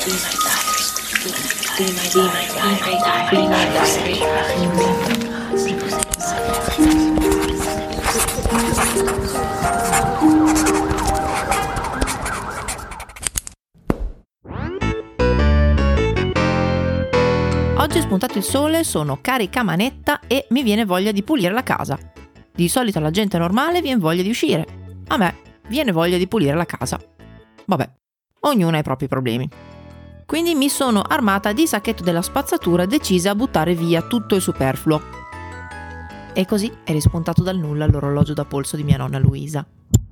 Oggi è spuntato il sole, sono carica manetta e mi viene voglia di pulire la casa. Di solito alla gente normale viene voglia di uscire. A me viene voglia di pulire la casa. Vabbè, ognuno ha i propri problemi. Quindi mi sono armata di sacchetto della spazzatura, decisa a buttare via tutto il superfluo. E così è rispuntato dal nulla l'orologio da polso di mia nonna Luisa.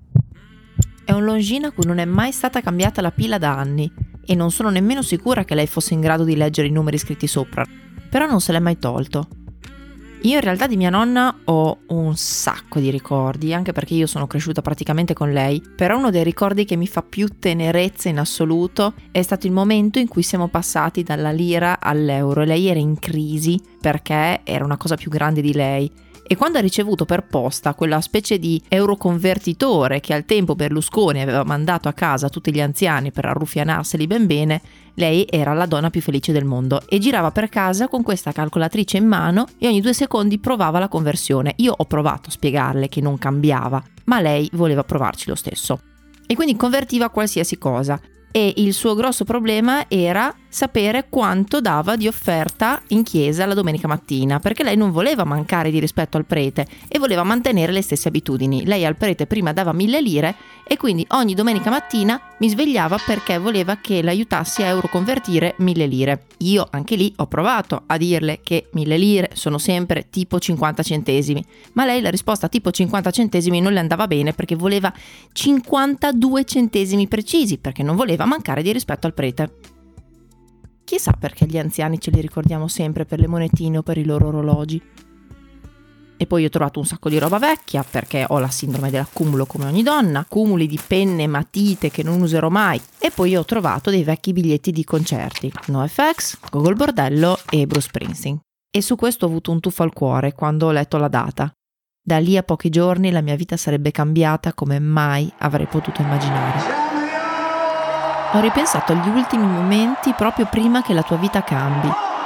È un Longines a cui non è mai stata cambiata la pila da anni e non sono nemmeno sicura che lei fosse in grado di leggere i numeri scritti sopra, però non se l'è mai tolto. Io in realtà di mia nonna ho un sacco di ricordi, anche perché io sono cresciuta praticamente con lei, però uno dei ricordi che mi fa più tenerezza in assoluto è stato il momento in cui siamo passati dalla lira all'euro e lei era in crisi perché era una cosa più grande di lei. E quando ha ricevuto per posta quella specie di euroconvertitore che al tempo Berlusconi aveva mandato a casa a tutti gli anziani per arruffianarseli ben bene, lei era la donna più felice del mondo e girava per casa con questa calcolatrice in mano e ogni 2 secondi provava la conversione. Io ho provato a spiegarle che non cambiava, ma lei voleva provarci lo stesso. E quindi convertiva qualsiasi cosa. E il suo grosso problema era sapere quanto dava di offerta in chiesa la domenica mattina, perché lei non voleva mancare di rispetto al prete e voleva mantenere le stesse abitudini. Lei al prete prima dava 1.000 lire e quindi ogni domenica mattina mi svegliava perché voleva che l'aiutassi a euroconvertire 1.000 lire. Io anche lì ho provato a dirle che 1.000 lire sono sempre tipo 50 centesimi, ma lei la risposta tipo 50 centesimi non le andava bene perché voleva 52 centesimi precisi, perché non voleva mancare di rispetto al prete. Chissà perché gli anziani ce li ricordiamo sempre per le monetine o per i loro orologi. E poi ho trovato un sacco di roba vecchia perché ho la sindrome dell'accumulo come ogni donna, cumuli di penne, matite che non userò mai. E poi ho trovato dei vecchi biglietti di concerti, NoFX, Gogol Bordello e Bruce Springsteen. E su questo ho avuto un tuffo al cuore quando ho letto la data. Da lì a pochi giorni la mia vita sarebbe cambiata come mai avrei potuto immaginare. Ho ripensato agli ultimi momenti proprio prima che la tua vita cambi.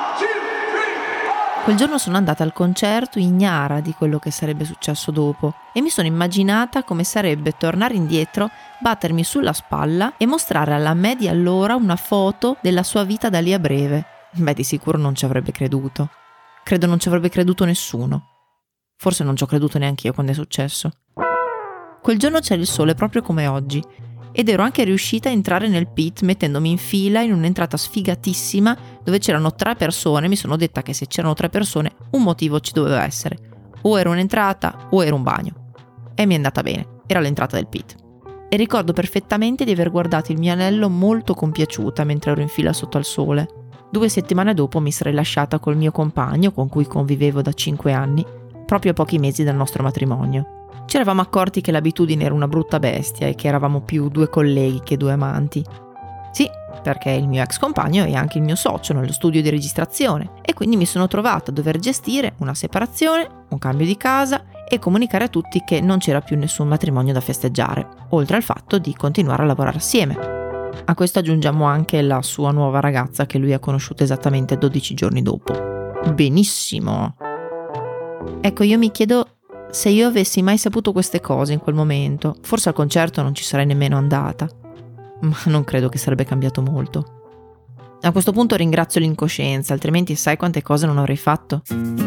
Quel giorno sono andata al concerto ignara di quello che sarebbe successo dopo e mi sono immaginata come sarebbe tornare indietro, battermi sulla spalla e mostrare alla me di allora una foto della sua vita da lì a breve. Beh, di sicuro non ci avrebbe creduto. Credo non ci avrebbe creduto nessuno. Forse non ci ho creduto neanche io quando è successo. Quel giorno c'era il sole proprio come oggi ed ero anche riuscita a entrare nel pit mettendomi in fila in un'entrata sfigatissima dove c'erano 3 persone. Mi sono detta che se c'erano 3 persone un motivo ci doveva essere. O era un'entrata o era un bagno. E mi è andata bene, era l'entrata del pit. E ricordo perfettamente di aver guardato il mio anello molto compiaciuta mentre ero in fila sotto al sole. 2 settimane dopo mi sarei lasciata col mio compagno con cui convivevo da 5 anni, proprio a pochi mesi dal nostro matrimonio. Ci eravamo accorti che l'abitudine era una brutta bestia e che eravamo più 2 colleghi che 2 amanti. Sì, perché il mio ex compagno è anche il mio socio nello studio di registrazione e quindi mi sono trovata a dover gestire una separazione, un cambio di casa e comunicare a tutti che non c'era più nessun matrimonio da festeggiare, oltre al fatto di continuare a lavorare assieme. A questo aggiungiamo anche la sua nuova ragazza che lui ha conosciuto esattamente 12 giorni dopo. Benissimo! Ecco, io mi chiedo se io avessi mai saputo queste cose in quel momento, forse al concerto non ci sarei nemmeno andata, ma non credo che sarebbe cambiato molto. A questo punto ringrazio l'incoscienza, altrimenti sai quante cose non avrei fatto?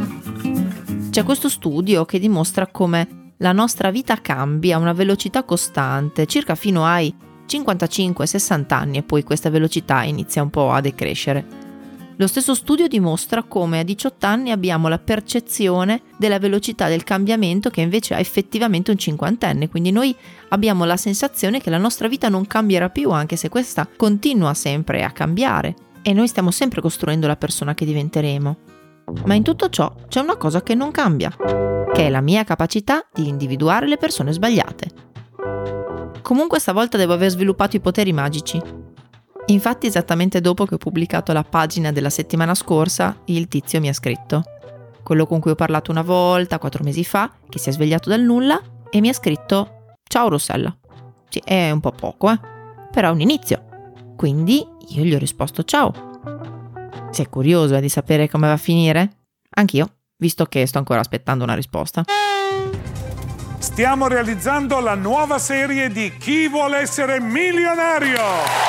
C'è questo studio che dimostra come la nostra vita cambia a una velocità costante, circa fino ai 55-60 anni, e poi questa velocità inizia un po' a decrescere. Lo stesso studio dimostra come a 18 anni abbiamo la percezione della velocità del cambiamento che invece ha effettivamente un cinquantenne, quindi noi abbiamo la sensazione che la nostra vita non cambierà più, anche se questa continua sempre a cambiare e noi stiamo sempre costruendo la persona che diventeremo. Ma in tutto ciò c'è una cosa che non cambia, che è la mia capacità di individuare le persone sbagliate. Comunque stavolta devo aver sviluppato i poteri magici. Infatti esattamente dopo che ho pubblicato la pagina della settimana scorsa, il tizio mi ha scritto. Quello con cui ho parlato una volta, 4 mesi fa, che si è svegliato dal nulla e mi ha scritto: ciao Rossella. Sì, è un po' poco, però è un inizio. Quindi Io gli ho risposto ciao. Sei curioso di sapere come va a finire? Anch'io, visto che sto ancora aspettando una risposta. Stiamo realizzando la nuova serie di Chi vuole essere milionario?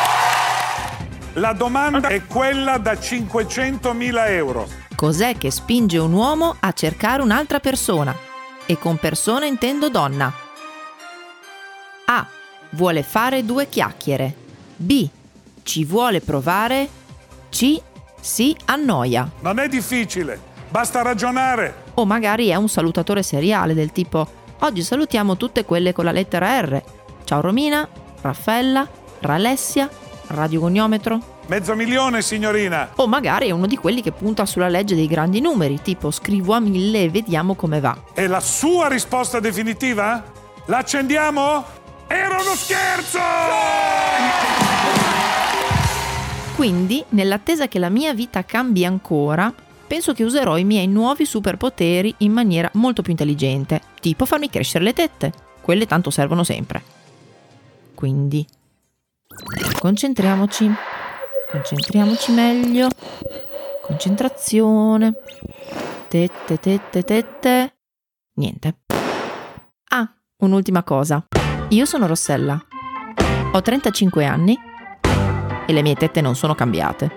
La domanda è quella da 500.000 euro. Cos'è che spinge un uomo a cercare un'altra persona? E con persona intendo donna. A. Vuole fare 2 chiacchiere. B. Ci vuole provare. C. Si annoia. Non è difficile, basta ragionare. O magari è un salutatore seriale del tipo: oggi salutiamo tutte quelle con la lettera R. Ciao Romina, Raffaella, Ralessia, radiogoniometro. 500.000, signorina. O magari è uno di quelli che punta sulla legge dei grandi numeri, tipo scrivo a 1000 e vediamo come va. È la sua risposta definitiva? L'accendiamo? Era uno scherzo! Quindi, nell'attesa che la mia vita cambi ancora, penso che userò i miei nuovi superpoteri in maniera molto più intelligente, tipo farmi crescere le tette. Quelle tanto servono sempre. Quindi, concentriamoci meglio. Concentrazione. Tette. Niente. Ah, un'ultima cosa. Io sono Rossella. Ho 35 anni e le mie tette non sono cambiate.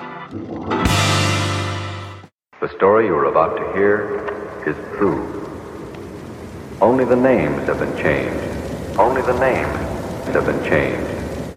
The story you are about to hear is true. Only the names have been changed. Only the names have been changed.